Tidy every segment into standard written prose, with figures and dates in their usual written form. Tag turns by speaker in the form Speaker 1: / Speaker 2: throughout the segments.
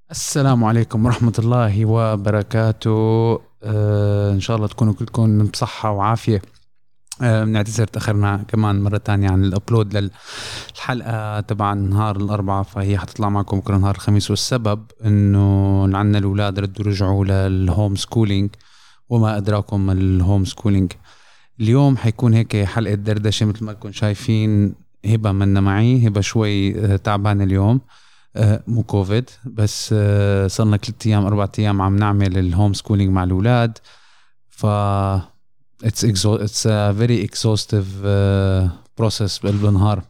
Speaker 1: السلام عليكم ورحمة الله وبركاته. إن شاء الله تكونوا كلكم بصحة وعافية. بنعتذر تأخرنا كمان مرة تانية عن الأبلود للحلقة تبع نهار الأربعاء، فهي حتطلع معكم بكرة نهار الخميس. والسبب إنه عنا الأولاد ردوا رجعوا للهوم سكولينج، وما أدراكم الهوم سكولينج. اليوم حيكون هيك حلقة دردشة مثل ما كنتم شايفين. هبة منا معي، هبة شوي تعبان اليوم، مو كوفيد بس. صرنا 3 أيام 4 أيام عم نعمل الهوم سكولينج مع الأولاد، ف it's a very exhaustive process بقلب النهار.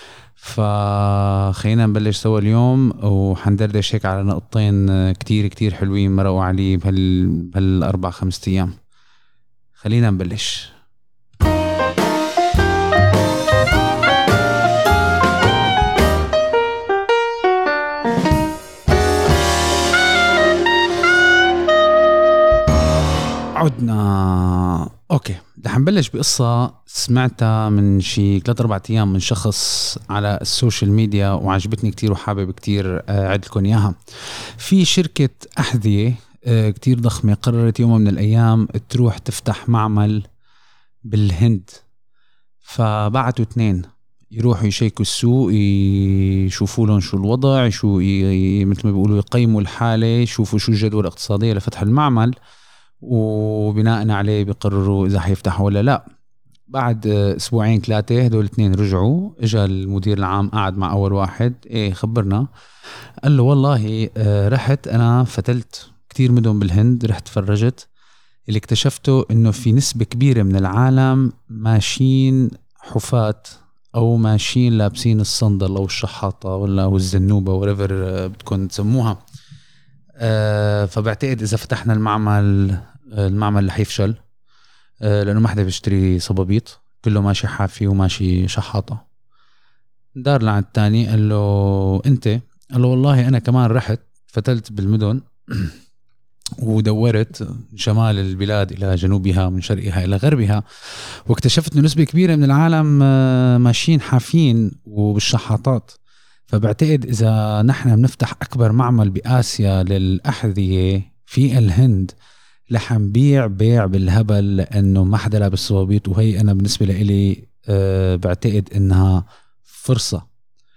Speaker 1: فخلينا نبلش سوا اليوم، وحندردش هيك على نقطتين كتير كتير حلوين مرقوا علي بهال4 5 أيام. خلينا نبلش. عدنا. اوكي، رح نبلش بقصة سمعتها من شي 3-4 أيام من شخص على السوشيال ميديا وعجبتني كتير وحابب كتير أعدلكم إياها. في شركة أحذية كتير ضخمة قررت يوم من الأيام تروح تفتح معمل بالهند، فبعتوا 2 يروحوا يشيكوا السوق، يشوفوا لهم شو الوضع، شو مثل ما بيقولوا يقيموا الحالة، يشوفوا شو الجدوى الاقتصادية لفتح المعمل، وبناء عليه بيقرروا إذا حيفتحوا ولا لا. بعد 2-3 هدول 2 رجعوا، اجا المدير العام قاعد مع أول واحد، إيه خبرنا. قال له والله رحت أنا فتلت كتير مدن بالهند، رحت فرجت، اللي اكتشفته إنه في نسبة كبيرة من العالم ماشيين حفاة أو ماشيين لابسين الصندل أو الشحاطة ولا الزنوبة وريفر بتكون تسموها. فبعتقد إذا فتحنا المعمل رح يفشل، لأنه ما حدا بيشتري صبابيط، كله ماشي حافي وماشي شحاطة. دار لعند التاني قال له أنت، قال له والله أنا كمان رحت فتلت بالمدن ودورت شمال البلاد إلى جنوبها، من شرقها إلى غربها، واكتشفت أنه نسبة كبيرة من العالم ماشيين حافين وبالشحاطات. فبعتقد إذا نحن بنفتح أكبر معمل بآسيا للأحذية في الهند رح نبيع بيع بالهبل، لأنه ما حدا لابس صوابيط. وهي أنا بالنسبة لي بعتقد إنها فرصة.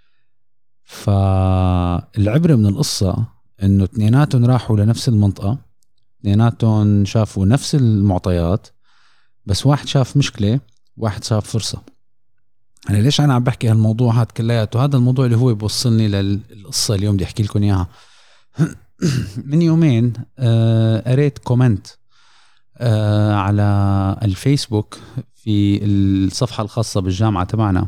Speaker 1: فالعبرة من القصة إنه 2 راحوا لنفس المنطقة، 2 شافوا نفس المعطيات، بس واحد شاف مشكلة، واحد شاف فرصة. أنا ليش أنا عم بحكي هالموضوع هاد كلياته؟ هذا الموضوع اللي هو بوصلني للقصة اليوم بدي أحكي لكم إياها. من يومين قريت كومنت على الفيسبوك في الصفحة الخاصة بالجامعة تبعنا.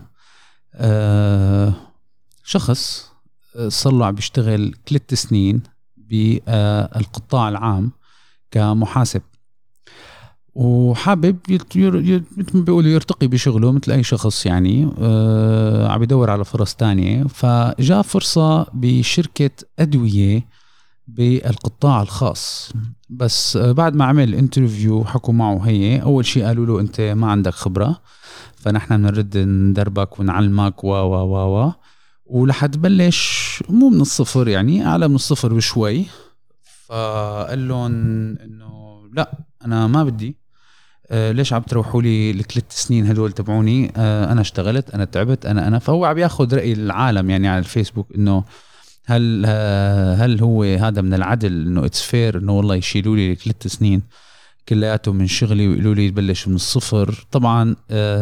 Speaker 1: شخص صار له عم بيشتغل 3 سنين بالقطاع العام كمحاسب، وحابب بيقولوا يرتقي بشغله مثل أي شخص يعني. عم يدور على فرص تانية، فجاء فرصة بشركة أدوية بالقطاع الخاص. بس بعد ما عمل انترفيو حكوا معه، هي أول شيء قالوا له أنت ما عندك خبرة، فنحن بنرد ندربك ونعلمك ولحد بلش مو من الصفر، يعني أعلى من الصفر بشوي. فقال لهم إنه لا أنا ما بدي، ليش عم تروحوا لي ال3 سنين هدول تبعوني؟ أنا اشتغلت، أنا تعبت، أنا فهو عم ياخد رأي العالم يعني على الفيسبوك، إنه هل هو هذا من العدل إنه it's fair إنه والله يشيلوا لي 3 سنين كلياتهم من شغلي ويقولوا لي تبلش من الصفر؟ طبعا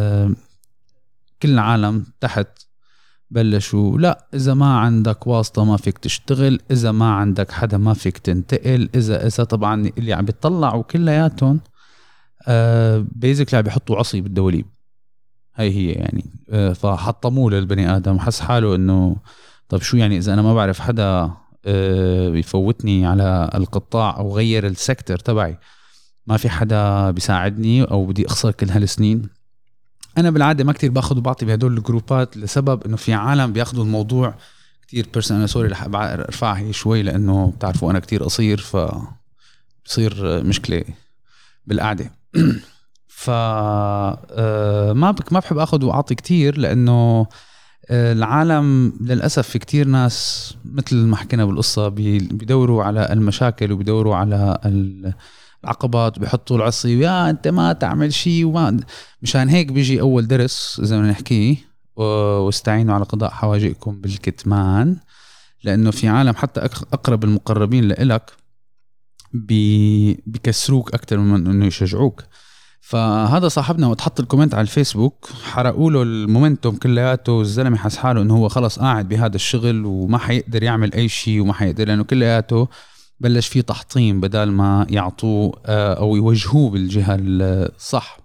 Speaker 1: كل العالم تحت بلشوا لا، إذا ما عندك واسطة ما فيك تشتغل، إذا ما عندك حدا ما فيك تنتقل، إذا طبعا اللي عم بيطلعوا كلياتهم بيزيكلي عم بيحطوا عصي بالدواليب. هي يعني فحطموه للبني آدم، حس حاله إنه طب شو يعني إذا أنا ما بعرف حدا بيفوتني على القطاع أو غير السيكتور تبعي، ما في حدا بيساعدني أو بدي أخسر كل هالسنين. أنا بالعادة ما كتير باخد وبعطي بهدول الجروبات، لسبب إنه في عالم بياخدوا الموضوع كتير بيرسونال. أنا سوري رح أرفعها شوي لأنه بتعرفوا أنا كتير قصير، فبصير مشكلة بالقعدة. ما بحب أخد وأعطي كتير، لأنه العالم للأسف في كتير ناس مثل ما حكينا بالقصة بيدوروا على المشاكل وبيدوروا على العقبات، بيحطوا العصي يا أنت ما تعمل شيء وما. مشان هيك بيجي أول درس زي ما نحكيه، واستعينوا على قضاء حواجئكم بالكتمان، لأنه في عالم حتى أقرب المقربين لإلك بيكسروك أكتر من أنه يشجعوك. فهذا صاحبنا وتحط الكومنت على الفيسبوك حرقوا له المومنتوم كلياته، الزلمة حس حاله انه هو خلص قاعد بهذا الشغل وما حيقدر يعمل اي شيء وما حيقدر، لانه كلياته بلش فيه تحطيم بدل ما يعطوه او يوجهوه بالجهة الصح.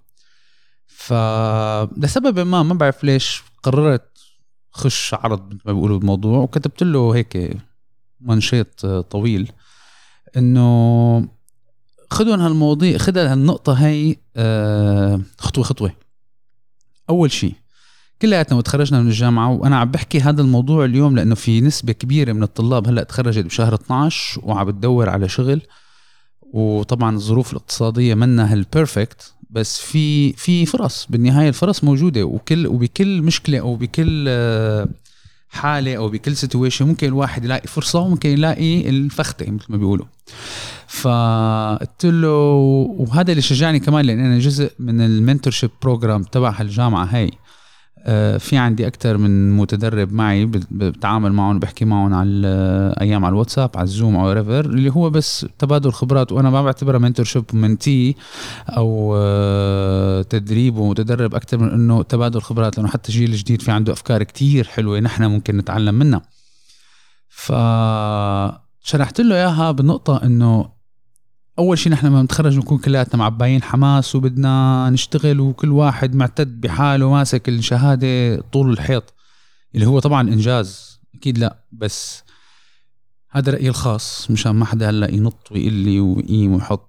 Speaker 1: فلسبب ما بعرف ليش قررت خش عرض ما بيقولوا الموضوع، وكتبت له هيك منشيط طويل انه خدوا هالمواضيع، خدها هالنقطة هاي خطوة خطوة. أول شيء كلياتنا وتخرجنا من الجامعة، وأنا عم بحكي هذا الموضوع اليوم لأنه في نسبة كبيرة من الطلاب هلأ تخرجت بشهر 12 وعم بتدور على شغل، وطبعا الظروف الاقتصادية منها هالبيرفكت، بس في فرص بالنهاية، الفرص موجودة، وبكل مشكلة أو بكل حالة أو بكل سيتويشن ممكن الواحد يلاقي فرصة وممكن يلاقي الفختة مثل ما بيقولوا. فقلت له، وهذا اللي شجعني كمان لأن أنا جزء من المنتورشيب بروجرام تبع الجامعة هاي. في عندي أكتر من متدرب معي بتعامل معهم، بحكي معهم على أيام على الواتساب على الزوم أو ريفر، اللي هو بس تبادل خبرات، وأنا ما بعتبرها منتورشيب منتي أو تدريب ومتدرب، أكتر من أنه تبادل خبرات، لأنه حتى الجيل الجديد في عنده أفكار كتير حلوة نحن ممكن نتعلم منها. فشرحت له إياها بالنقطة أنه أول شيء نحن ما نتخرج نكون كلياتنا معباين حماس وبدنا نشتغل وكل واحد معتد بحاله ماسك الشهادة طول الحيط، اللي هو طبعا إنجاز أكيد لا، بس هذا رأيي الخاص مشان ما حدا هلا ينط ويقول لي ويقيم ويحط.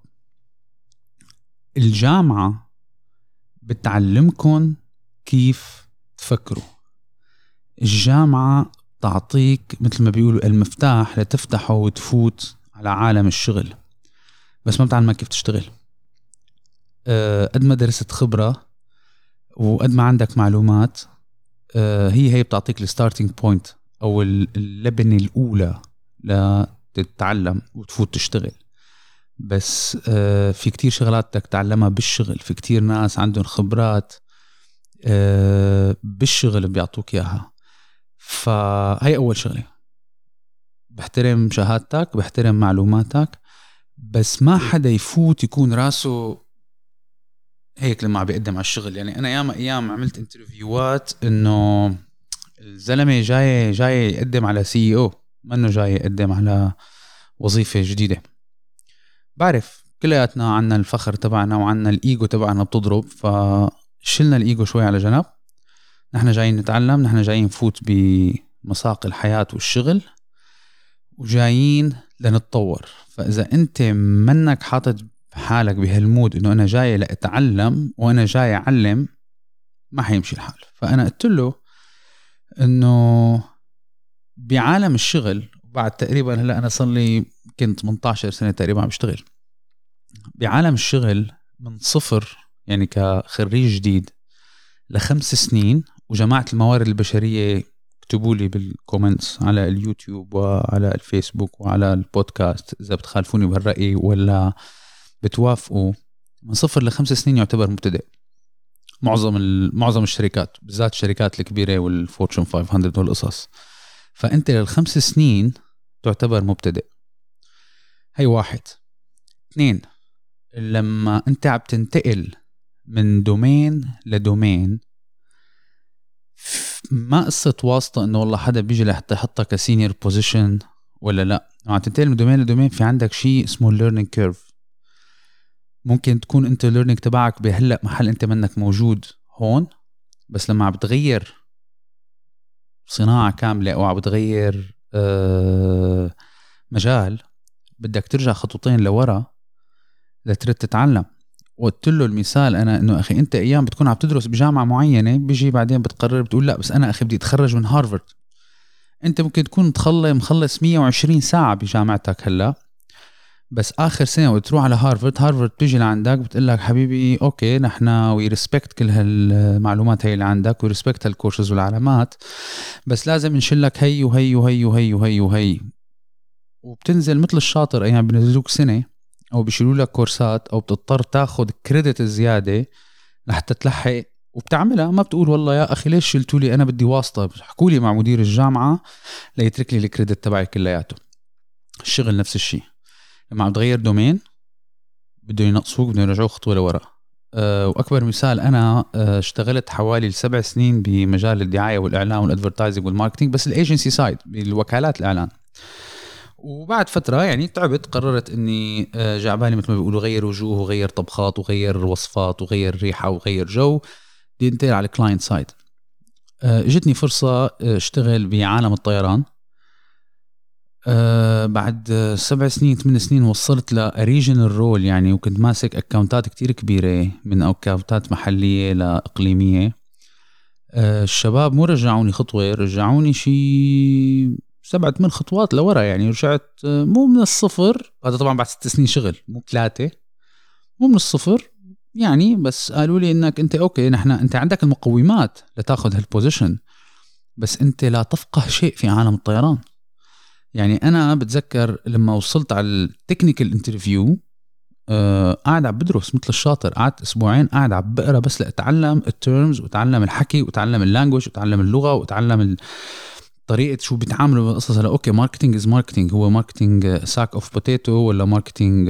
Speaker 1: الجامعة بتعلمكن كيف تفكروا، الجامعة تعطيك مثل ما بيقولوا المفتاح لتفتحه وتفوت على عالم الشغل، بس ما بتعلمك كيف تشتغل. قد ما درست خبرة وقد ما عندك معلومات، هي بتعطيك الستارتينج بوينت أو اللبنة الأولى لتتعلم وتفوت تشتغل. بس في كتير شغلات بدك تتعلمها بالشغل، في كتير ناس عندهم خبرات بالشغل بيعطوك إياها. فهي أول شغلة، بحترم شهادتك، بحترم معلوماتك، بس ما حدا يفوت يكون راسه هيك لما بيقدم على الشغل. يعني أنا أيام عملت انترفيوات إنه الزلمة جاي يقدم على CEO، ما إنه جاي يقدم على وظيفة جديدة. بعرف كلياتنا عنا الفخر تبعنا وعنا الإيجو تبعنا بتضرب، فشلنا الإيجو شوي على جنب. نحن جايين نتعلم، نحن جايين نفوت بمساق الحياة والشغل، وجايين لنتطور. فإذا أنت منك حاطط حالك بهالمود إنه أنا جاي لأتعلم وأنا جاي أعلم، ما حيمشي الحال. فأنا قلت له إنه بعالم الشغل بعد تقريبا هلأ أنا صار لي كنت 18 سنة تقريبا عم بشتغل بعالم الشغل من صفر، يعني كخريج جديد ل5 سنين. وجماعة الموارد البشرية اكتبوا لي بالكومنتس على اليوتيوب وعلى الفيسبوك وعلى البودكاست إذا بتخالفوني بهالرأي ولا بتوافقوا. من 0 ل5 سنين يعتبر مبتدئ. معظم الشركات بالذات الشركات الكبيرة والفورتشن 500 والقصص، فأنت لل5 سنين تعتبر مبتدئ. هي 1. 2، لما أنت عم تنتقل من دومين لدومين، ما قصة واسطة إنه والله حدا بيجي لحتى يحطك كسينيور بوزيشن ولا لا. عم تنتقل من دومين لدومين، في عندك شيء اسمه learning curve. ممكن تكون أنت learning تبعك بهلأ محل أنت منك موجود هون، بس لما عم بتغير صناعة كاملة أو عم بتغير مجال، بدك ترجع خطوتين لورا لترد تتعلم. وقلت له المثال أنا إنه أخي أنت أيام بتكون عم تدرس بجامعة معينة، بيجي بعدين بتقرر بتقول لا بس أنا أخي بدي أتخرج من هارفارد. أنت ممكن تكون مخلص 120 ساعة بجامعتك هلا، بس آخر سنة وتروح على هارفارد بيجي لعندك بتقول لك حبيبي أوكي نحن وي ريسبكت كل هالمعلومات هي اللي عندك وي ريسبكت هالكورسز والعلامات، بس لازم نشلك هي وهي وهي وهي وهي وهي. وبتنزل مثل الشاطر أيام بنزلوك سنة أو بيشيلوا لك كورسات أو بتضطر تاخد كريدت الزيادة لحتى تلحق، وبتعملها ما بتقول والله يا أخي ليش شلتوا لي، أنا بدي واسطة، بحكوا لي مع مدير الجامعة ليترك لي الكريدت تبعي كلياته. الشغل نفس الشيء، لما عم تغير دومين بدهم ينقصوك، بدهم يرجعوك خطوة لورا. وأكبر مثال أنا اشتغلت حوالي 7 سنين بمجال الدعاية والإعلان والأدفرتايزنج والماركتينج، بس الأيجنسي سايد بالوكالات الإعلان. وبعد فترة يعني تعبت، قررت إني جعبالي مثل ما بيقولوا غير وجوه وغير طبخات وغير وصفات وغير ريحة وغير جو، دي انتقل على كلاينت سايد. اجتني فرصة اشتغل بعالم الطيران. بعد 7 سنين 8 سنين وصلت لريجنال رول يعني، وكنت ماسك اكاونتات كتير كبيرة من اكاونتات محلية لإقليمية. الشباب مو رجعوني خطوة، رجعوني شي 7-8 خطوات لورا يعني. رجعت مو من الصفر، هذا طبعا بعد 6 سنين شغل، مو 3، مو من الصفر يعني، بس قالوا لي انك انت اوكي انت عندك المقومات لتاخذ هالبوزيشن، بس انت لا تفقه شيء في عالم الطيران. يعني انا بتذكر لما وصلت على التكنيكال انترفيو قاعد عم بدرس مثل الشاطر، قعدت اسبوعين قاعد عم بقرا بس لاتعلم التيرمز واتعلم الحكي واتعلم اللانجوج واتعلم اللغه واتعلم طريقه شو بيتعاملوا بالقصص. هلا اوكي ماركتينج از ماركتينج، هو ماركتينج ساك اوف بوتيتو ولا ماركتينج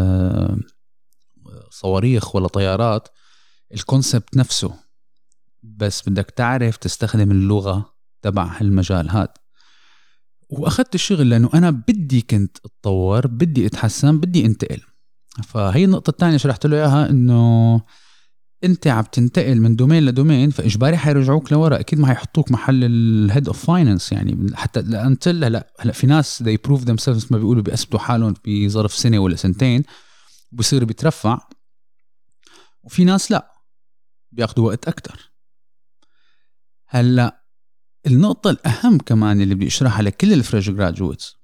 Speaker 1: صواريخ ولا طيارات، الكونسبت نفسه، بس بدك تعرف تستخدم اللغة تبع هالمجال هاد. وأخذت الشغل لأنه أنا بدي كنت أتطور، بدي أتحسن، بدي أنتقل. فهي النقطة الثانية شرحت له إياها، إنه أنت عم تنتقل من دومين لدومين، فإجباري حيرجعوك لورا، أكيد ما حيحطوك محل الهيد أوف فاينانس يعني، حتى أنت هلا في ناس they prove themselves ما بيقولوا، بيثبتوا حالهم بظرف سنة ولا سنتين وبصير بيترفع، وفي ناس لا بياخدوا وقت أكتر. هلا النقطة الأهم كمان اللي بدي أشرحها لكل الفريش جراجويتس،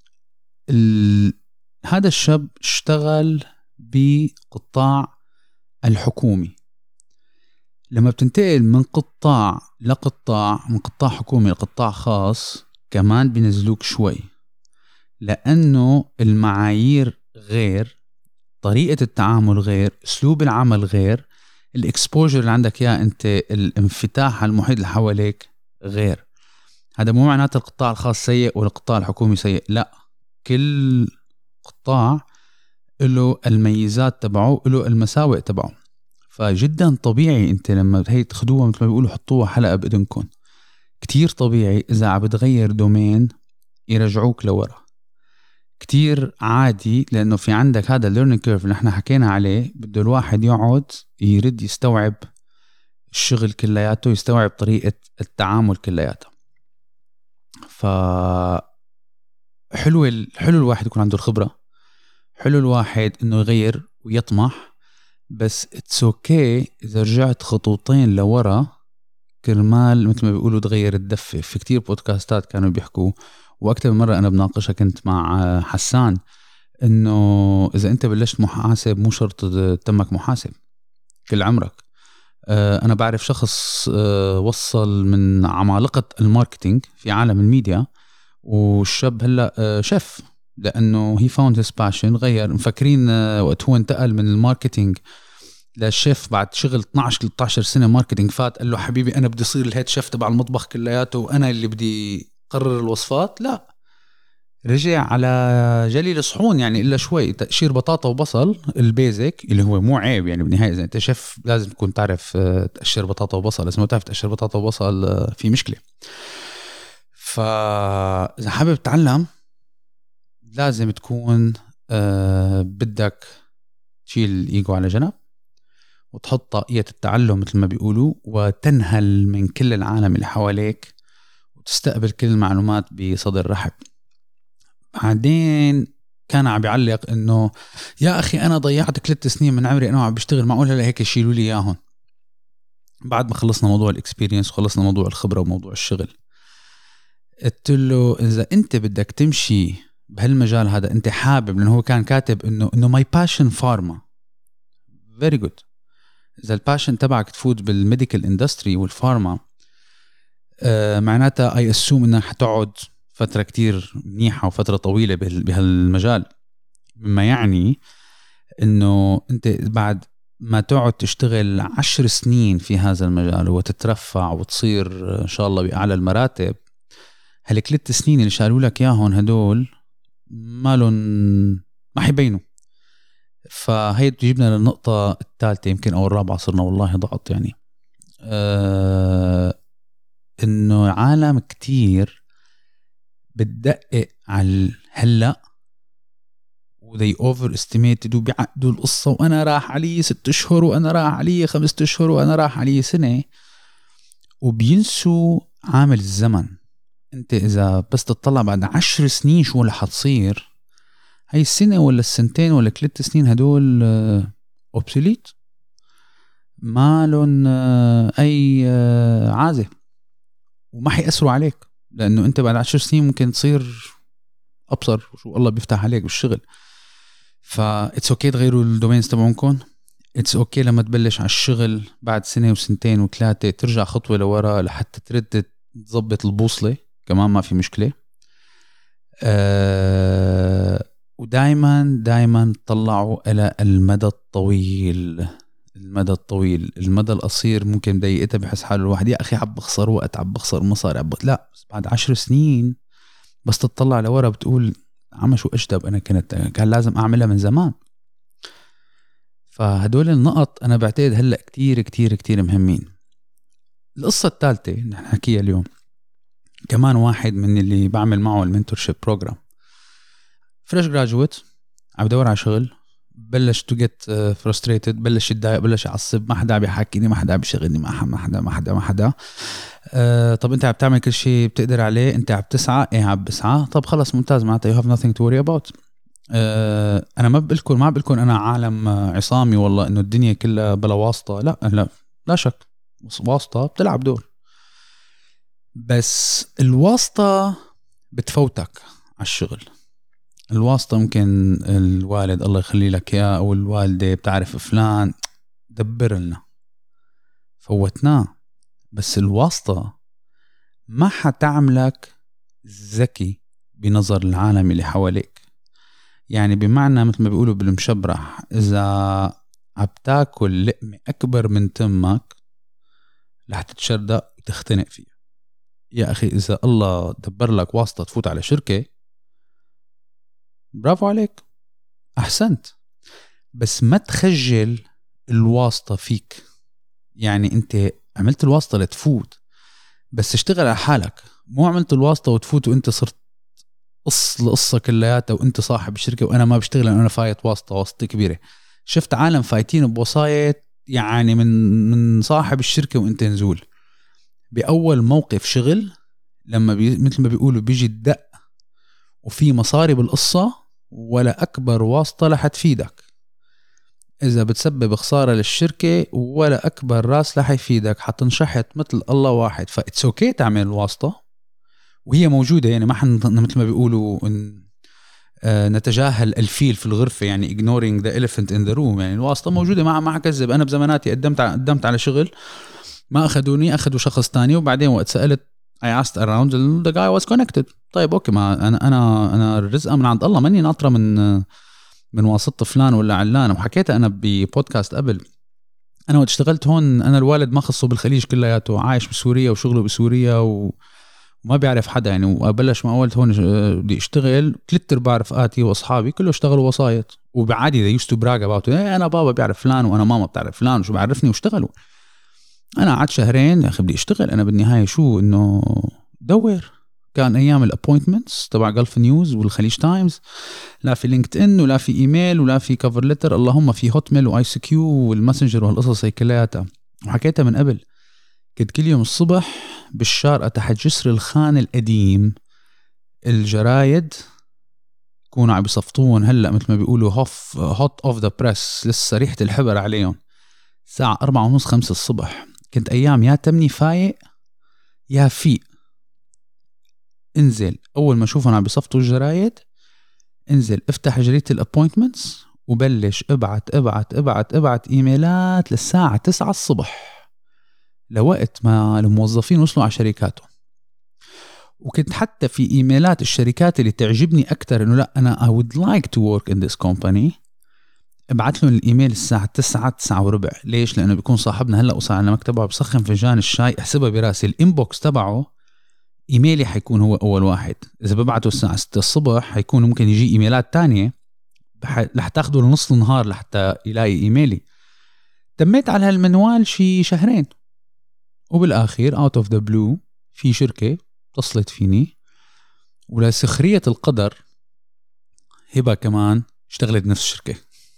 Speaker 1: هذا الشاب اشتغل بقطاع الحكومي. لما بتنتقل من قطاع لقطاع، من قطاع حكومي لقطاع خاص، كمان بينزلوك شوي، لأنه المعايير غير، طريقة التعامل غير، أسلوب العمل غير، الإكسبوجر اللي عندك يا أنت، الانفتاح على المحيط اللي حواليك غير. هذا مو معناته القطاع الخاص سيء والقطاع الحكومي سيء، لا، كل قطاع له الميزات تبعه، له المساوئ تبعه. فجدا طبيعي انت لما هي تاخدوها مثل ما بيقولوا حطوها حلقة بإذنكم، كتير طبيعي إذا عم بتغير دومين يرجعوك لورا، كتير عادي، لأنه في عندك هذا learning curve اللي احنا حكينا عليه، بده الواحد يقعد يرد يستوعب الشغل كلياته، يستوعب طريقة التعامل كلياته. حلو الواحد يكون عنده الخبرة، حلو الواحد انه يغير ويطمح، بس اتس اوكي اذا رجعت خطوتين لورا كرمال مثل ما بيقولوا تغير الدفة. في كتير بودكاستات كانوا بيحكوا، واكتر من مرة انا بناقشها كنت مع حسان، انه اذا انت بلشت محاسب مو شرط تمك محاسب كل عمرك. انا بعرف شخص وصل من عمالقة الماركتينج في عالم الميديا، والشاب هلا شيف، لانه he found his passion. غير، مفكرين وقت هو انتقل من الماركتينج للشيف بعد شغل 12-13 سنة ماركتينج، فات قال له حبيبي انا بدي اصير الهيد شيف تبع المطبخ كلياته وانا اللي بدي قرر الوصفات. لا، رجع على جليل صحون يعني، إلا شوي تقشير بطاطا وبصل البيزك اللي هو مو عيب يعني بالنهاية، إذا أنت شيف لازم تكون تعرف تقشير بطاطا وبصل، إذا ما تعرف تقشير بطاطا وبصل في مشكلة. فإذا حابب تتعلم لازم تكون بدك تشيل الإيجو على جنب وتحط طاقية التعلم مثل ما بيقولوا، وتنهل من كل العالم اللي حواليك وتستقبل كل المعلومات بصدر رحب. بعدين كان عم بيعلق انه يا اخي انا ضيعت 3 سنين من عمري انا عم بشتغل، معقول هلا هيك يشيلوا لي اياهم؟ بعد ما خلصنا موضوع الاكسبيرينس وخلصنا موضوع الخبرة وموضوع الشغل، قلت له اذا انت بدك تمشي بهالمجال هذا انت حابب، لانه هو كان كاتب انه my passion pharma very good. اذا الباشن تبعك تفوت بالميديكال اندستري والفارما معناتها اي اسوم انك حتقعد فتره كتير منيحه وفتره طويله بهالمجال، مما يعني انه انت بعد ما تقعد تشتغل 10 سنين في هذا المجال وتترفع وتصير ان شاء الله باعلى المراتب، هالك 3 سنين اللي شالوا لك اياهم هدول ما حيبينوا. فهي تجيبنا للنقطة الثالثة يمكن أو الرابعة، صرنا والله ضغط يعني إنه عالم كتير بتدقق على هلأ وذي اوفر استيميتد وبيعقدوا القصة، وأنا راح علي 6 أشهر وأنا راح علي 5 أشهر وأنا راح علي سنة، وبينسوا عامل الزمن. أنت إذا بس تطلع بعد 10 سنين شو اللي حتصير، هاي السنة ولا السنتين ولا 3 سنين هدول أوبسوليت، ما لهم أي عازة وما حيأثروا عليك، لأنه أنت بعد 10 سنين ممكن تصير أبصر وشو الله بيفتح عليك بالشغل. فإتس أوكي تغيروا الدومينز تبعونكم، إتس أوكي لما تبلش على الشغل بعد سنة وسنتين وثلاثة ترجع خطوة لورا لحتى ترد تضبط البوصلة، كمان ما في مشكلة. ودايما طلعوا إلى المدى الطويل. المدى القصير ممكن ضيقتها بحس حاله الواحد يا أخي عم بخسر وقت، عم بخسر مصاري، لا بعد 10 سنين بس تطلع لورا بتقول عم شو أجدب أنا كان لازم أعملها من زمان. فهدول النقط أنا بعتقد هلأ كتير كتير كتير مهمين. القصة الثالثة نحن حكيها اليوم، كمان واحد من اللي بعمل معه المنتورشيب بروجرام، فريش جراجويت عم بدور على شغل، بلش تو جيت فرستريتد، بلش يتضايق، بلش يعصب، ما حدا بيحكيني، ما حدا بيشغلني، ما حدا طب انت عم تعمل كل شيء بتقدر عليه، انت عم تسعى، عم بسعى، طب خلص ممتاز، معناتها you have nothing to worry about. انا ما بقولكم انا عالم عصامي والله انه الدنيا كلها بلا واسطة، لا شك واسطة بتلعب دور، بس الواسطة بتفوتك على الشغل. الواسطة ممكن الوالد الله يخلي لك يا أو الوالدة بتعرف فلان دبر لنا فوتناه، بس الواسطة ما حتعملك ذكي بنظر العالم اللي حواليك. يعني بمعنى مثل ما بيقولوا بالمشبرح، إذا عبتاكل لقمة أكبر من تمك رح تتشردق وتختنق فيها. يا أخي إذا الله دبر لك واسطة تفوت على شركة، برافو عليك، أحسنت، بس ما تخجل الواسطة فيك. يعني أنت عملت الواسطة لتفوت، بس اشتغل على حالك، مو عملت الواسطة وتفوت وأنت صرت القصة كلياتها وأنت صاحب الشركة وأنا ما بشتغل أنا فايت واسطة كبيرة. شفت عالم فايتين بوسايط يعني من صاحب الشركة وأنت نزول بأول موقف شغل، لما مثل ما بيقولوا بيجي الدق وفي مصاري بالقصة، ولا أكبر واسطة رح تفيدك إذا بتسبب خسارة للشركة، ولا أكبر راس رح يفيدك، حتنشحت مثل الله واحد. فإتس أوكي تعمل الواسطة وهي موجودة، يعني ما مثل ما بيقولوا نتجاهل الفيل في الغرفة، يعني ignoring the elephant in the room. يعني الواسطة موجودة، ما حكذب. أنا بزماناتي قدمت على شغل ما أخذوني، أخذوا شخص تاني، وبعدين وقت سألت I asked around the guy was connected. طيب أوكي، ما أنا الرزقة من عند الله، ماني ناطرة من واسطة فلان ولا علان. وحكيت أنا ببودكاست قبل، أنا وقت اشتغلت هون أنا الوالد ما خصه بالخليج كلياته، عايش بسوريا وشغله بسوريا وما بيعرف حدا يعني. وأبلش ما قلت هون بدي اشتغل 3/4 رفقاتي وأصحابي كله اشتغلوا وسايط، وبعادي they used to brag about أنا بابا بيعرف فلان وأنا ماما بتعرف فلان وشو بعرفني واشتغلوا. أنا قعدت شهرين يا أخي بدي اشتغل أنا بالنهاية، شو إنه دور. كان أيام الابوينتمنتس تبع جلف نيوز والخليج تايمز، لا في لينكد إن ولا في إيميل ولا في كفر لتر، اللهم في هوت ميل وآي سي كيو والماسنجر والقصص هي كلياتها. وحكيتها من قبل، كنت كل يوم الصبح بالشارقة تحت جسر الخان القديم الجرايد كونوا عم بيصفطون هلأ مثل ما بيقولوا هوت اوف ذا بريس، لسه ريحة الحبر عليهم، الساعة 4:30-5 الصبح. كنت أيام يا تمني فايق يا فيق، انزل أول ما أشوفهم عم بيصفطوا الجرايد انزل افتح جريدة الابوينتمنتس وبلش ابعت ايميلات للساعة 9 الصبح لوقت ما الموظفين وصلوا على شركاتهم. وكنت حتى في ايميلات الشركات اللي تعجبني اكتر انه لا انا I would like to work in this company ابعت لهم الايميل الساعة 9:09 ليش؟ لانه بيكون صاحبنا هلا وصل على مكتبه بسخن فنجان الشاي، احسبها براسي الانبوكس تبعه ايميلي حيكون هو اول واحد، اذا ببعته الساعة 6 الصبح حيكون ممكن يجي ايميلات تانية رح تاخده لنص النهار لحتى يلاقي ايميلي. تميت على هالمنوال شي شهرين، وبالاخير out of the blue في شركة اتصلت فيني ولسخرية القدر هبة كمان اشتغلت بنفس الشركة.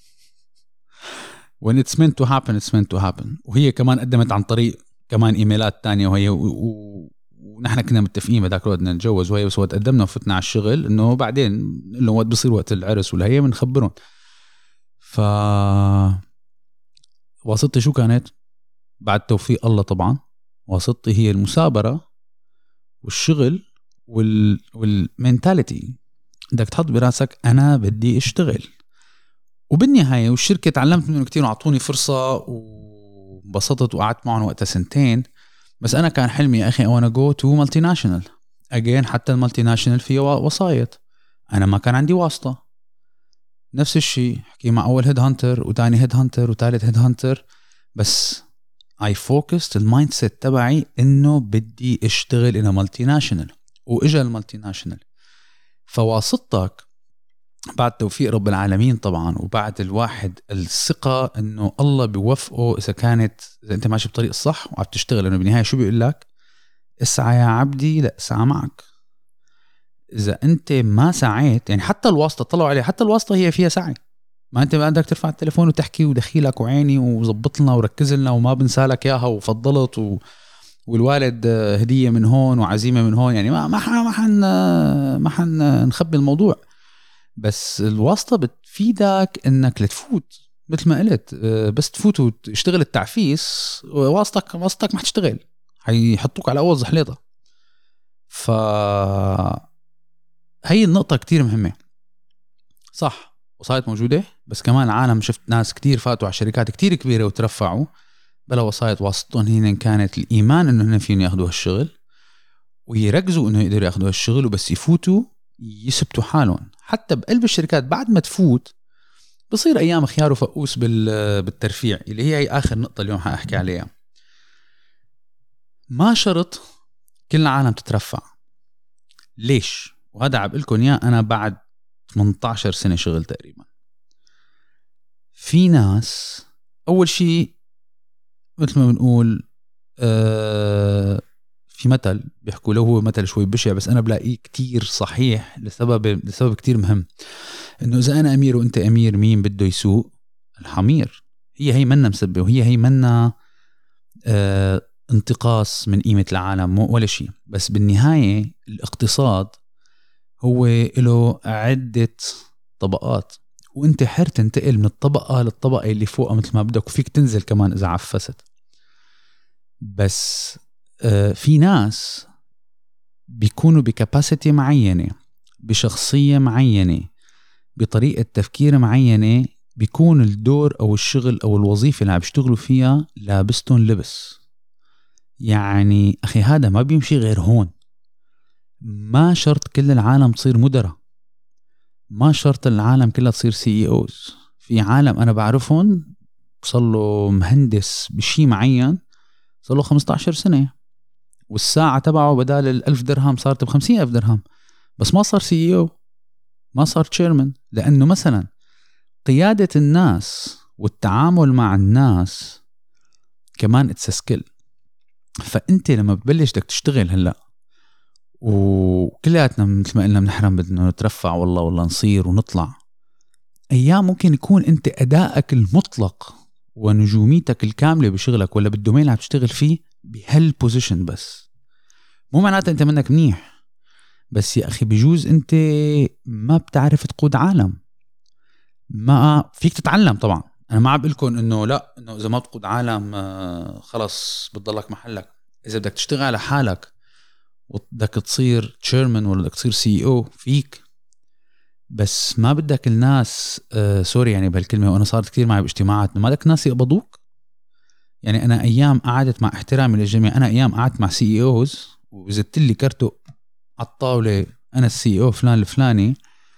Speaker 1: when it's meant to happen it's meant to happen. وهي كمان قدمت عن طريق كمان ايميلات تانية، وهي ونحن كنا متفقين بذاك الوقت بدنا نتجوز، وهي بس وقت قدمنا وفتنا على الشغل انه بعدين انه وقت بصير وقت العرس ولا هي بنخبرهم. ف واسطتي شو كانت بعد توفيق الله طبعا؟ واسطتي هي المثابرة والشغل والمنتاليتي، بدك تحط براسك انا بدي اشتغل. وبالنهاية والشركة تعلمت منهم كتير وعطوني فرصة وانبسطت وقعدت معهم وقتها 2 بس أنا كان حلمي يا أخي I wanna go to multinational again. حتى المالتيناشنال فيه وسايط، أنا ما كان عندي واسطة. نفس الشيء حكي مع أول هيد هانتر وتاني هيد هانتر وثالث هيد هانتر، بس I focused المايند سيت تبعي إنه بدي اشتغل إلى مالتيناشنال، وإجا المالتيناشنال. فواسطتك بعد توفيق رب العالمين طبعا، وبعد الواحد الثقة انه الله بيوفقه اذا انت ماشي بطريق الصح وعم تشتغل. انه بالنهاية شو بيقول لك؟ اسعى يا عبدي لا اسعى معك. اذا انت ما سعيت، يعني حتى الواسطة طلعوا عليه، حتى الواسطة هي فيها سعي. ما انت بدك ترفع التليفون وتحكي ودخيلك وعيني وزبط لنا وركز لنا وما بنسالك اياها وفضلت والوالد هدية من هون وعزيمة من هون، يعني ما حن نخبي الموضوع. بس الواسطة بتفيدك انك لتفوت مثل ما قلت، بس تفوت وتشتغل التعفيس، واسطتك ما حتشتغل، حيحطوك على اول زحليطة. هي النقطة كتير مهمة صح، وصايت موجودة، بس كمان عالم شفت ناس كتير فاتوا على شركات كتير كبيرة وترفعوا بلا وصايت. واسطتهم هنا كانت الإيمان إنه هن فين ياخدوا هالشغل ويركزوا إنه يقدروا ياخدوا هالشغل، وبس يفوتوا يثبتوا حالهم. حتى بقلب الشركات بعد ما تفوت بصير أيام خيار وفقوس بالترفيع، اللي هي آخر نقطة اليوم حأحكي عليها. ما شرط كل العالم تترفع. ليش؟ وهذا عبقلكم يا أنا بعد 18 سنة شغل تقريبا. في ناس أول شيء مثل ما بنقول في مثل بيحكوا له، هو مثل شوي بشع بس أنا بلاقيه كتير صحيح لسبب كتير مهم، إنه إذا أنا أمير وأنت أمير مين بده يسوق؟ الحمير. هي منا مسبة، وهي منا انتقاص من قيمة العالم ولا شيء. بس بالنهاية الاقتصاد هو له عدة طبقات، وانت حر تنتقل من الطبقة للطبقة اللي فوقها مثل ما بدك، وفيك تنزل كمان إذا عفست. بس في ناس بيكونوا بكاباسيتي معينة، بشخصية معينة، بطريقة تفكير معينة، بيكون الدور أو الشغل أو الوظيفة اللي عم بيشتغلوا فيها لابستون لبس. يعني أخي هذا ما بيمشي غير هون. ما شرط كل العالم تصير مدراء، ما شرط العالم كلها تصير CEOs. في عالم أنا بعرفهم صلوا مهندس بشي معين صلوا 15 سنة، والساعة تبعه بدال 1000 درهم صارت ب50,000 درهم، بس ما صار CEO، ما صار chairman. لأنه مثلا قيادة الناس والتعامل مع الناس كمان it's a skill. فأنت لما بتبلش بدك تشتغل هلأ وكلياتنا مثل ما قلنا بنحرم بدنا نترفع والله نصير ونطلع، أيام ممكن يكون أنت أدائك المطلق ونجوميتك الكاملة بشغلك ولا بالدومين اللي عم تشتغل فيه بهالبوزيشن، بس مو معناته أنت منك منيح. بس يا أخي بيجوز أنت ما بتعرف تقود عالم، ما فيك تتعلم. طبعا أنا ما عم بقولكم إنه لا، إنه إذا ما بتقود عالم خلص بتضلك محلك. إذا بدك تشتغل على حالك وبدك تصير chairman ولا بدك تصير CEO فيك، بس ما بدك الناس سوري يعني بهالكلمة، وأنا صارت كتير معي باجتماعات، ما بدك ناس يقبضوك. يعني أنا أيام قعدت مع احترامي للجميع، أنا أيام قعدت مع CEOs وزدت لي كرته على الطاولة أنا CEO فلان الفلاني،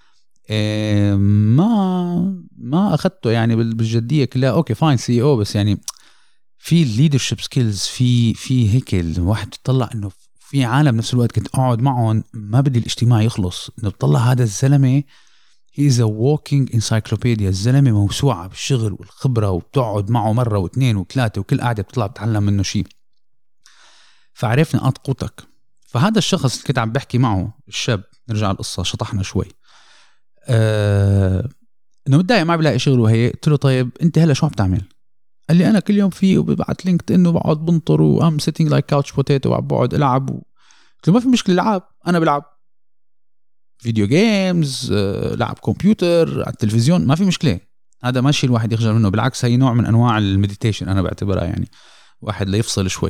Speaker 1: ما أخذته يعني بالجدية كلها. أوكي فاين CEO، بس يعني في الليدرشيب سكيلز، في هيك الواحد بتطلع إنه في عالم نفس الوقت كنت أقعد معهم ما بدي الاجتماع يخلص، إنه بتطلع هذا الزلمة he is a walking encyclopedia. الزلمة موسوعة بالشغل والخبرة، وبتقعد معه مرة واثنين وثلاثة، وكل قاعدة بتطلع بتعلم منه شيء. فعرفنا نقاط قوتك. فهذا الشخص اللي كنت عم بحكي معه الشاب، نرجع القصة شطحنا شوي، انه متضايق ما بلاقي شغل وهي. قلت له طيب انت هلا شو عم تعمل؟ قال لي انا كل يوم فيه وببعت لينكد ان وبقعد بنطر وام سيتنج لايك كاوتش بوتيتو وعم بقعد العب قلت له ما في مشكله، العب، انا بلعب فيديو جيمز، لعب كمبيوتر على التلفزيون، ما في مشكله، هذا ماشي الواحد يخجل منه، بالعكس هي نوع من انواع المديتيشن انا بعتبرها، يعني واحد ليفصل شوي.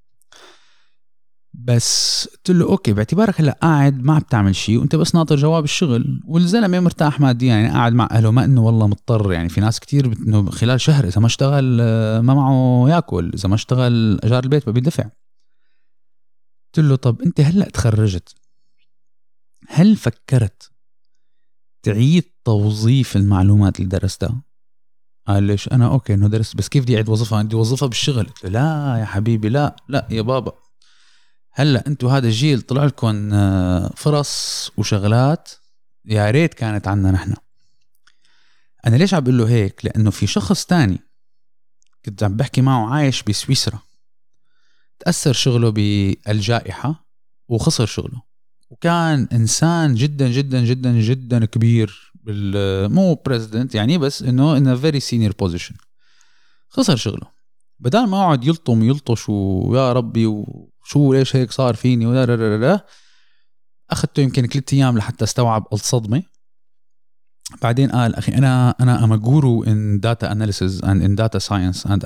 Speaker 1: بس قلت له اوكي باعتبارك هلا قاعد ما عم تعمل شيء وانت بس ناطر جواب الشغل، والزلمه مرتاح ماديا يعني قاعد مع اهله، ما انه والله مضطر. يعني في ناس كتير انه خلال شهر اذا ما اشتغل ما معه ياكل، اذا ما اشتغل اجار البيت ما بيدفع. قلت له طب انت هلا تخرجت، هل فكرت تعيد توظيف المعلومات اللي درستها؟ قال ليش؟ انا اوكي انه درست، بس كيف بدي اعيد وظيفه؟ عندي وظيفه بالشغل. قلت له لا يا حبيبي، لا يا بابا، هلا انتوا هذا الجيل طلع لكم فرص وشغلات يا ريت كانت عنا نحن. انا ليش عم بقول له هيك؟ لانه في شخص تاني كنت عم بحكي معه عايش بسويسرا، تأثر شغله بالجائحة وخسر شغله، وكان انسان جدا جدا جدا جدا كبير، مو بريزيدنت يعني، بس انه in a very senior position. خسر شغله، بدل ما اقعد يلطش ويا ربي وشو ليش هيك صار فيني ولا اخذته يمكن 3 ايام لحتى استوعب الصدمه. بعدين قال اخي انا ام guru in data analysis and in data science and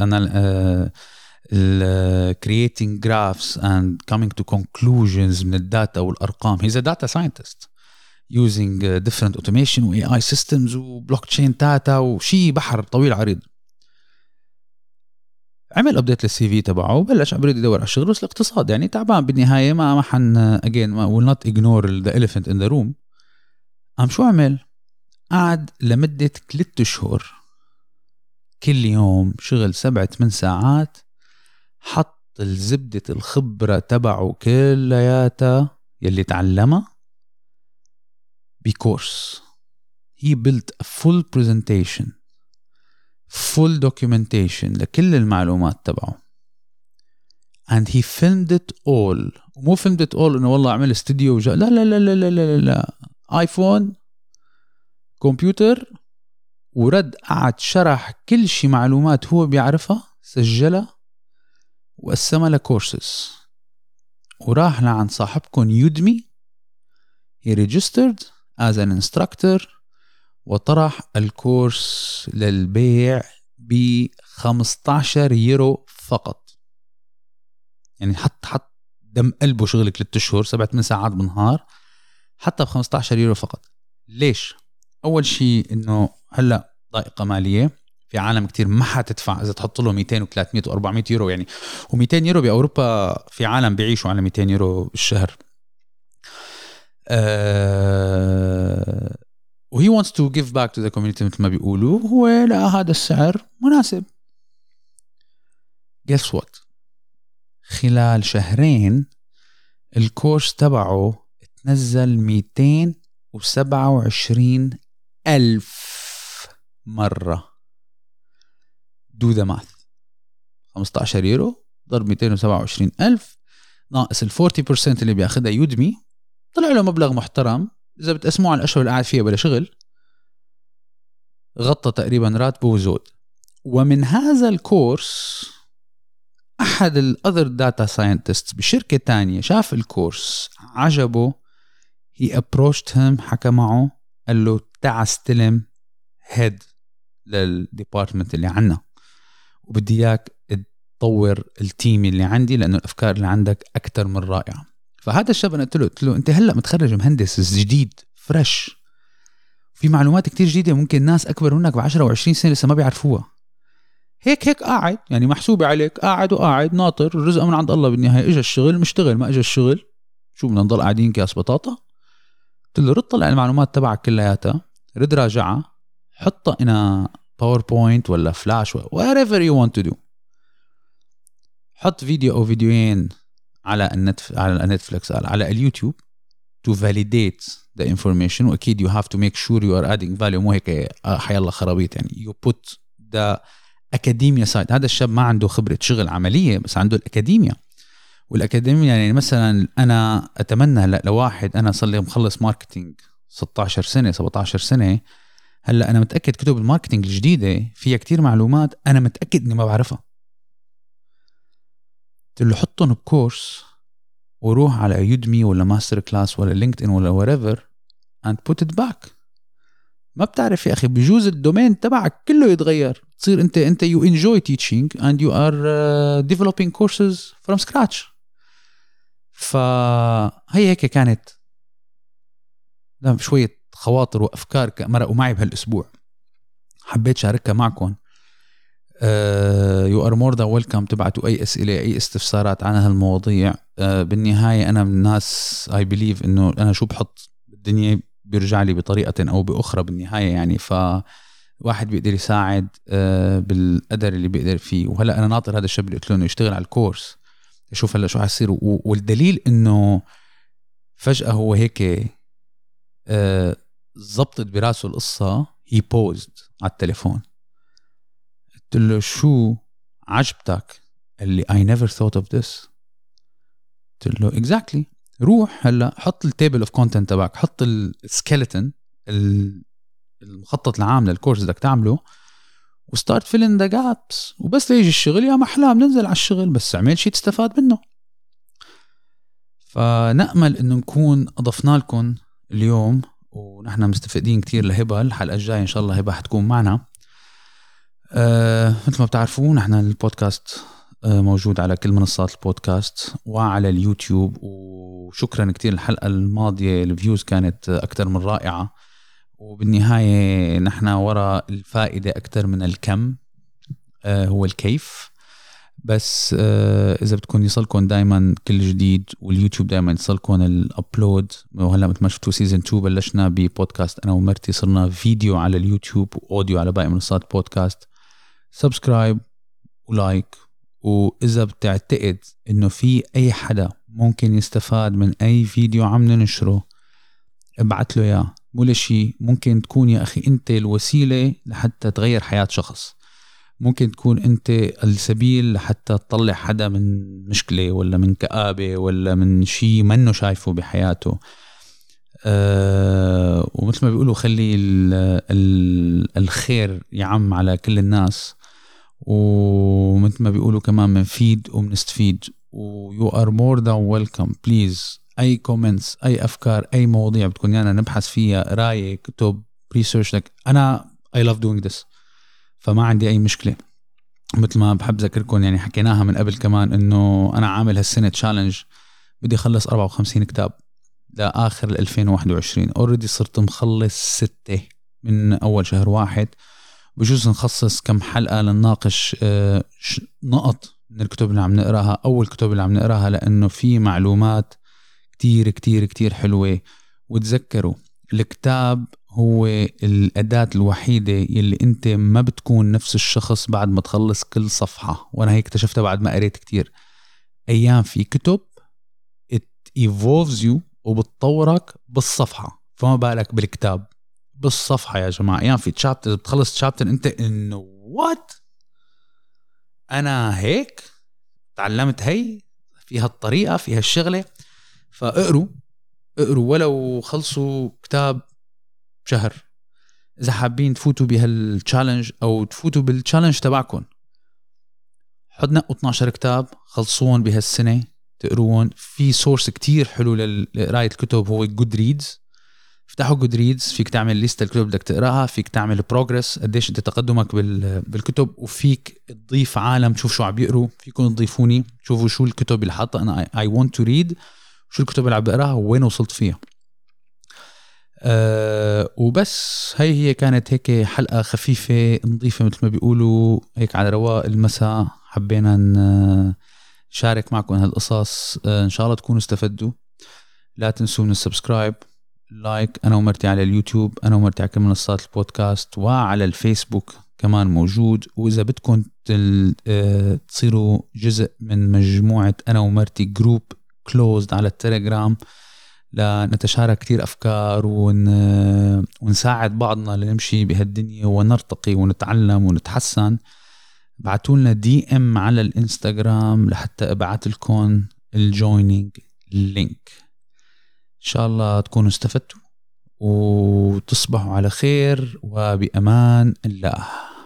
Speaker 1: creating graphs and coming to conclusions من الداتا والارقام. he's a data scientist using different automation و AI systems و blockchain data وشي بحر طويل عريض. عمل ابديت للسي في تبعه وبلش عم يريد يدور على الشغل، بس الاقتصاد يعني تعبان بالنهايه، ما حن again will not ignore the elephant in the room. شو عمل؟ قعد لمده 3 أشهر كل يوم شغل 7-8 ساعات، حط الزبدة الخبرة تبعه كلياتها يلي تعلمها بكورس. he built a full presentation, full documentation لكل المعلومات تبعه and he filmed it all. ومو filmed it all انه والله عمل استوديو لا لا لا لا لا لا لا، ايفون كمبيوتر ورد، قعد شرح كل شي معلومات هو بيعرفها، سجلها وقسمها لكورسز، وراح لعند صاحبكم يودمي، he registered as an instructor وطرح الكورس للبيع ب15 يورو فقط. يعني حط دم قلبه شغل 3 أشهر 7-8 ساعات بالنهار، حتى ب15 يورو فقط. ليش؟ أول شيء إنه هلأ ضائقة مالية في عالم كتير ما حتدفع إذا تحط له 200 و300 و400 يورو يعني، و200 يورو بأوروبا في عالم بيعيشوا على 200 يورو بالشهر. وهي wants to give back to the community مثل ما بيقولوا، هو لقى هذا السعر مناسب. guess what؟ خلال شهرين الكورس تبعه تنزل 227,000 مرة. do the math، 15 يورو ضرب 227,000 ناقص 40% اللي بياخدها يودمي، طلع له مبلغ محترم. إذا بتقسموه على الأشهر اللي قاعد فيها بلا شغل غطى تقريبا راتبه وزود. ومن هذا الكورس أحد الأذر داتا ساينتست بشركة تانية شاف الكورس عجبه، he approached him، حكى معه قال له تعا استلم هيد للديبارتمنت اللي عنا، وبدي إياك تطور التيم اللي عندي لأنه الأفكار اللي عندك أكتر من رائعة. فهذا الشاب أنا قلت له أنت هلأ متخرج مهندس جديد فريش، في معلومات كتير جديدة ممكن ناس أكبر منك ب10 و20 سنة لسه ما بيعرفوها. هيك قاعد يعني محسوبة عليك، قاعد ناطر الرزق من عند الله. بالنهاية إجا الشغل مشتغل، ما إجا الشغل شو بدنا نضل قاعدين كاس بطاطا؟ رد طلع المعلومات تبعك كلياتها، رد راجعها، حطها إنا باوربوينت ولا فلاش whatever you want to do. حط فيديو أو فيديوين على نتفليكس على اليوتيوب to validate the information. وأكيد you have to make sure you are adding value. مو هيك حيالله خرابيط يعني. you put the academia side. هذا الشاب ما عنده خبرة شغل عملية بس عنده الأكاديميا. والأكاديميا يعني مثلا أنا أتمنى هلأ لواحد أنا صار لي مخلص ماركتينج 16 سنة 17 سنة، هلأ أنا متأكد كتب الماركتينج الجديدة فيها كتير معلومات أنا متأكد إني ما بعرفها. تقول له حطهم بكورس وروح على يودمي ولا ماستر كلاس ولا لينكدين ولا whatever and put it back. ما بتعرف يا أخي، بجوز الدومين تبعك كله يتغير، تصير أنت you enjoy teaching and you are developing courses from scratch. فهي هيك كانت شوية خواطر وأفكار مرقوا معي بهالأسبوع، حبيت شاركها معكم. you are more than welcome تبعتوا أي أسئلة أي استفسارات عن هالمواضيع. بالنهاية أنا من الناس I believe إنه أنا شو بحط الدنيا بيرجع لي بطريقة أو بأخرى بالنهاية يعني. فواحد بيقدر يساعد بالقدر اللي بيقدر فيه. وهلأ أنا ناطر هذا الشاب اللي قلت له إنه يشتغل على الكورس، يشوف هلأ شو حيصير. والدليل إنه فجأة هو هيك زبطت براسه القصة. he paused على التليفون، قلت له شو عجبتك؟ اللي I never thought of this. قلت له exactly. روح هلا حط التيبل اوف كونتنت تبعك، حط السكيلتون المخطط العام للكورس بدك تعمله وستارت فيلين ذا جابس. وبس ليجي الشغل يا محلاه بننزل على الشغل، بس اعمل شيء تستفاد منه. فنأمل انه نكون اضفنا لكم اليوم ونحن مستفيدين كتير لهبة. الحلقة الجاية ان شاء الله هبة حتكون معنا. مثل ما بتعرفون نحن البودكاست موجود على كل منصات البودكاست وعلى اليوتيوب. وشكرا كتير، الحلقة الماضية الفيوز كانت أكتر من رائعة. وبالنهاية نحن وراء الفائدة أكتر من الكم، هو الكيف. بس إذا بتكون يصلكم دايما كل جديد واليوتيوب دايما يصلكم الأبلود. وهلأ مثل ما شفتوا سيزن 2 بلشنا ببودكاست أنا ومرتي، صرنا فيديو على اليوتيوب وأوديو على باقي منصات بودكاست. سبسكرايب ولايك. وإذا بتعتقد إنه في أي حدا ممكن يستفاد من أي فيديو عم ننشره ابعت له إياه. مو لشي، ممكن تكون يا أخي أنت الوسيلة لحتى تغير حياة شخص. ممكن تكون أنت السبيل لحتى تطلع حدا من مشكلة ولا من كآبة ولا من شي منه شايفه بحياته. ومثل ما بيقولوا خلي الخير يعم على كل الناس. ومثل ما بيقولوا كمان منفيد ومنستفيد. you are more than welcome. please أي comments أي أفكار أي مواضيع بتكون يعني نبحث فيها، رأي كتب research لك. أنا I love doing this، فما عندي أي مشكلة. مثل ما بحب ذكركم يعني حكيناها من قبل كمان إنه أنا عامل هالسنة challenge بدي أخلص 54 كتاب لآخر 2021. already صرت مخلص 6 من أول شهر 1. بجوز نخصص كم حلقة لنناقش نقط من الكتب اللي عم نقراها أو الكتب اللي عم نقراها، لأنه في معلومات كتير كتير كتير حلوة. وتذكروا الكتاب هو الأداة الوحيدة يلي أنت ما بتكون نفس الشخص بعد ما تخلص كل صفحة. وأنا هيك اكتشفتها بعد ما قريت كتير أيام في كتب it evolves you وبتطورك بالصفحة، فما بالك بالكتاب بالصفحة يا جماعة. يعني في تشابتر بتخلص تشابتر انت انه وات انا هيك تعلمت هي في هالطريقة في هالشغلة. فاقروا ولو خلصوا كتاب شهر. اذا حابين تفوتوا بهالتشالنج او تفوتوا بالتشالنج تبعكم، حد نقوا 12 كتاب خلصون بهالسنة تقروون. في سورس كتير حلو لقراية الكتب هو جود ريدز. افتحوا جود ريدز، فيك تعمل ليست الكتب بدك تقراها، فيك تعمل بروجرس قديش انت تقدمك بالكتب، وفيك تضيف عالم تشوف شو عم بيقروا. فيكم تضيفوني شوفوا شو الكتب اللي حاطه انا I want to read، شو الكتب اللي عم بقراها ووين وصلت فيها. وبس هي كانت هيك حلقة خفيفة نظيفة مثل ما بيقولوا هيك على رواق المساء. حبينا نشارك معكم هالقصص. إن شاء الله تكونوا استفدوا. لا تنسوا من السبسكرايب لايك. أنا ومرتي على اليوتيوب، أنا ومرتي على كل منصات البودكاست، وعلى الفيسبوك كمان موجود. وإذا بدكم تصيروا جزء من مجموعة أنا ومرتي جروب كلوزد على التليجرام لنتشارك كتير أفكار ونساعد بعضنا لنمشي بهالدنيا ونرتقي ونتعلم ونتحسن، بعتولنا DM على الانستغرام لحتى ابعت لكم الجوينينج لينك. إن شاء الله تكونوا استفدتوا وتصبحوا على خير وبأمان الله.